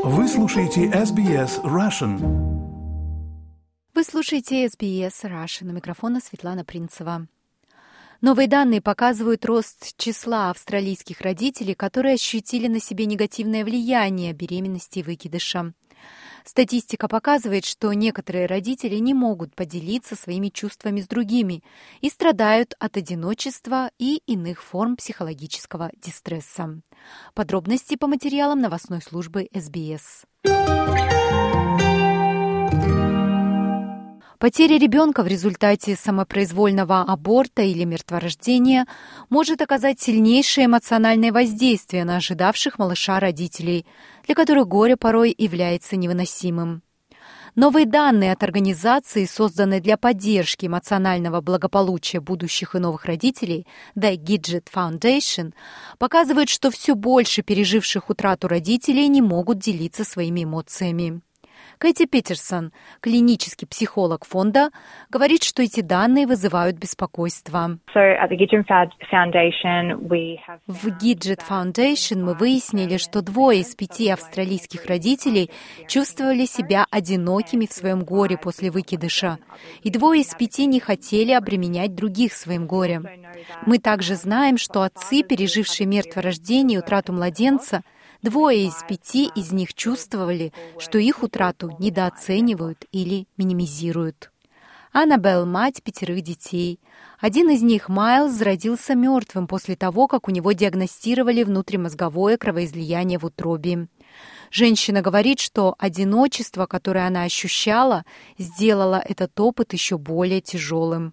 Вы слушаете SBS Russian. Вы слушаете SBS Russian. У микрофона Светлана Принцева. Новые данные показывают рост числа австралийских родителей, которые ощутили на себе негативное влияние беременности и выкидыша. Статистика показывает, что некоторые родители не могут поделиться своими чувствами с другими и страдают от одиночества и иных форм психологического дистресса. Подробности по материалам новостной службы SBS. Потеря ребенка в результате самопроизвольного аборта или мертворождения может оказать сильнейшее эмоциональное воздействие на ожидавших малыша родителей, для которых горе порой является невыносимым. Новые данные от организации, созданной для поддержки эмоционального благополучия будущих и новых родителей, The Gidget Foundation, показывают, что все больше переживших утрату родителей не могут делиться своими эмоциями. Кэти Питерсон, клинический психолог фонда, говорит, что эти данные вызывают беспокойство. В Gidget Foundation мы выяснили, что 2 из 5 австралийских родителей чувствовали себя одинокими в своем горе после выкидыша, и 2 из 5 не хотели обременять других своим горем. Мы также знаем, что отцы, пережившие мертворождение и утрату младенца, 2 из 5 из них чувствовали, что их утрату недооценивают или минимизируют. Аннабелл — мать 5 детей. Один из них, Майлз, родился мертвым после того, как у него диагностировали внутримозговое кровоизлияние в утробе. Женщина говорит, что одиночество, которое она ощущала, сделало этот опыт еще более тяжелым.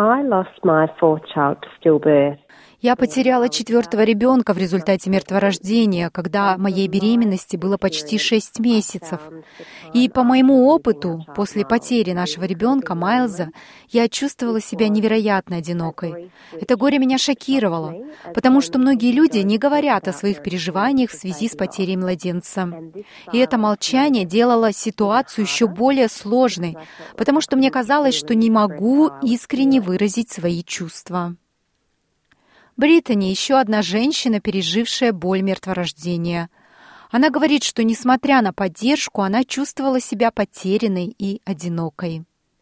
Я потеряла 4-го ребенка в результате мертворождения, когда моей беременности было почти 6 месяцев. И по моему опыту, после потери нашего ребенка, Майлза, я чувствовала себя невероятно одинокой. Это горе меня шокировало, потому что многие люди не говорят о своих переживаниях в связи с потерей младенца. И это молчание делало ситуацию еще более сложной, потому что мне казалось, что не могу искренне выразить свои чувства. Британи — еще одна женщина, пережившая боль мертворождения. Она говорит, что, несмотря на поддержку, она чувствовала себя потерянной и одинокой.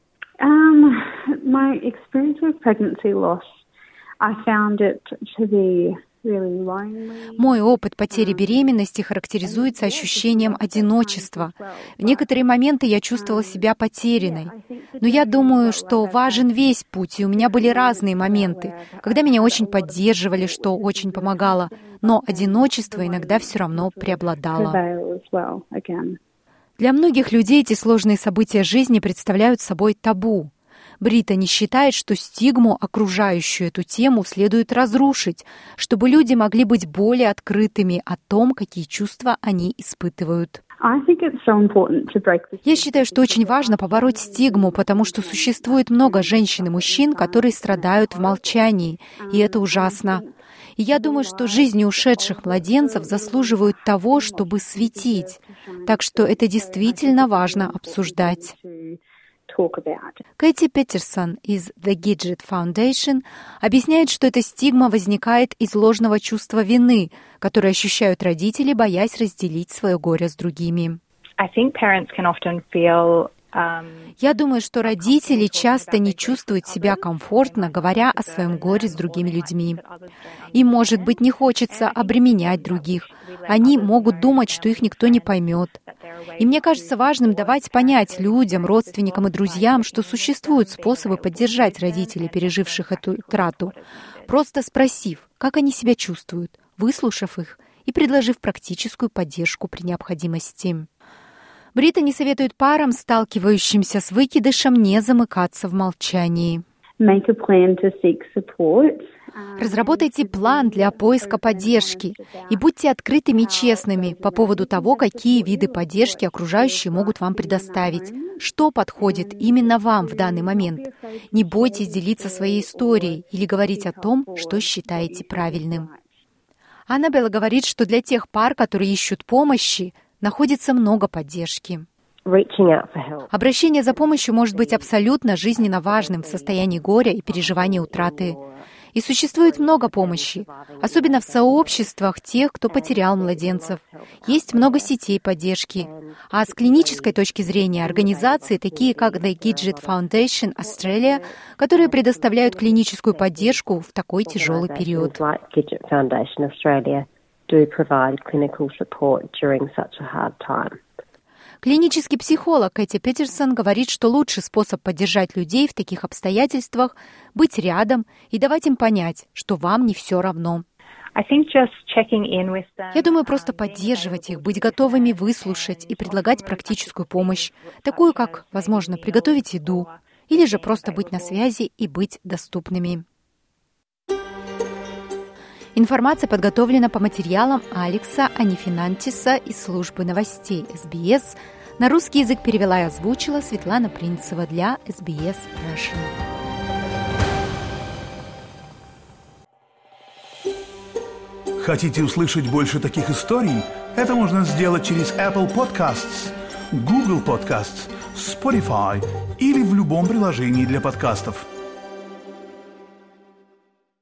Мой опыт потери беременности характеризуется ощущением одиночества. В некоторые моменты я чувствовала себя потерянной. Но я думаю, что важен весь путь, и у меня были разные моменты, когда меня очень поддерживали, что очень помогало, но одиночество иногда все равно преобладало. Для многих людей эти сложные события жизни представляют собой табу. Британи считает, что стигму, окружающую эту тему, следует разрушить, чтобы люди могли быть более открытыми о том, какие чувства они испытывают. Я считаю, что очень важно побороть стигму, потому что существует много женщин и мужчин, которые страдают в молчании, и это ужасно. И я думаю, что жизни ушедших младенцев заслуживают того, чтобы светить. Так что это действительно важно обсуждать. Кэти Питерсон из The Gidget Foundation объясняет, что эта стигма возникает из ложного чувства вины, которое ощущают родители, боясь разделить свое горе с другими. Я думаю, что родители часто не чувствуют себя комфортно, говоря о своем горе с другими людьми. Им, может быть, не хочется обременять других. Они могут думать, что их никто не поймет. И мне кажется важным давать понять людям, родственникам и друзьям, что существуют способы поддержать родителей, переживших эту утрату, просто спросив, как они себя чувствуют, выслушав их и предложив практическую поддержку при необходимости. Британи советует парам, сталкивающимся с выкидышем, не замыкаться в молчании. Разработайте план для поиска поддержки и будьте открытыми и честными по поводу того, какие виды поддержки окружающие могут вам предоставить, что подходит именно вам в данный момент. Не бойтесь делиться своей историей или говорить о том, что считаете правильным. Аннабелла говорит, что для тех пар, которые ищут помощи, находится много поддержки. Обращение за помощью может быть абсолютно жизненно важным в состоянии горя и переживания утраты. И существует много помощи, особенно в сообществах тех, кто потерял младенцев. Есть много сетей поддержки. А с клинической точки зрения организации, такие как The Gidget Foundation Australia, которые предоставляют клиническую поддержку в такой тяжелый период. Клинический психолог Кэти Питерсон говорит, что лучший способ поддержать людей в таких обстоятельствах — быть рядом и давать им понять, что вам не все равно. Я думаю, просто поддерживать их, быть готовыми выслушать и предлагать практическую помощь, такую как, возможно, приготовить еду, или же просто быть на связи и быть доступными. Информация подготовлена по материалам Алекса Анифинантиса из службы новостей СБС. На русский язык перевела и озвучила Светлана Принцева для SBS Russian. Хотите услышать больше таких историй? Это можно сделать через Apple Podcasts, Google Podcasts, Spotify или в любом приложении для подкастов.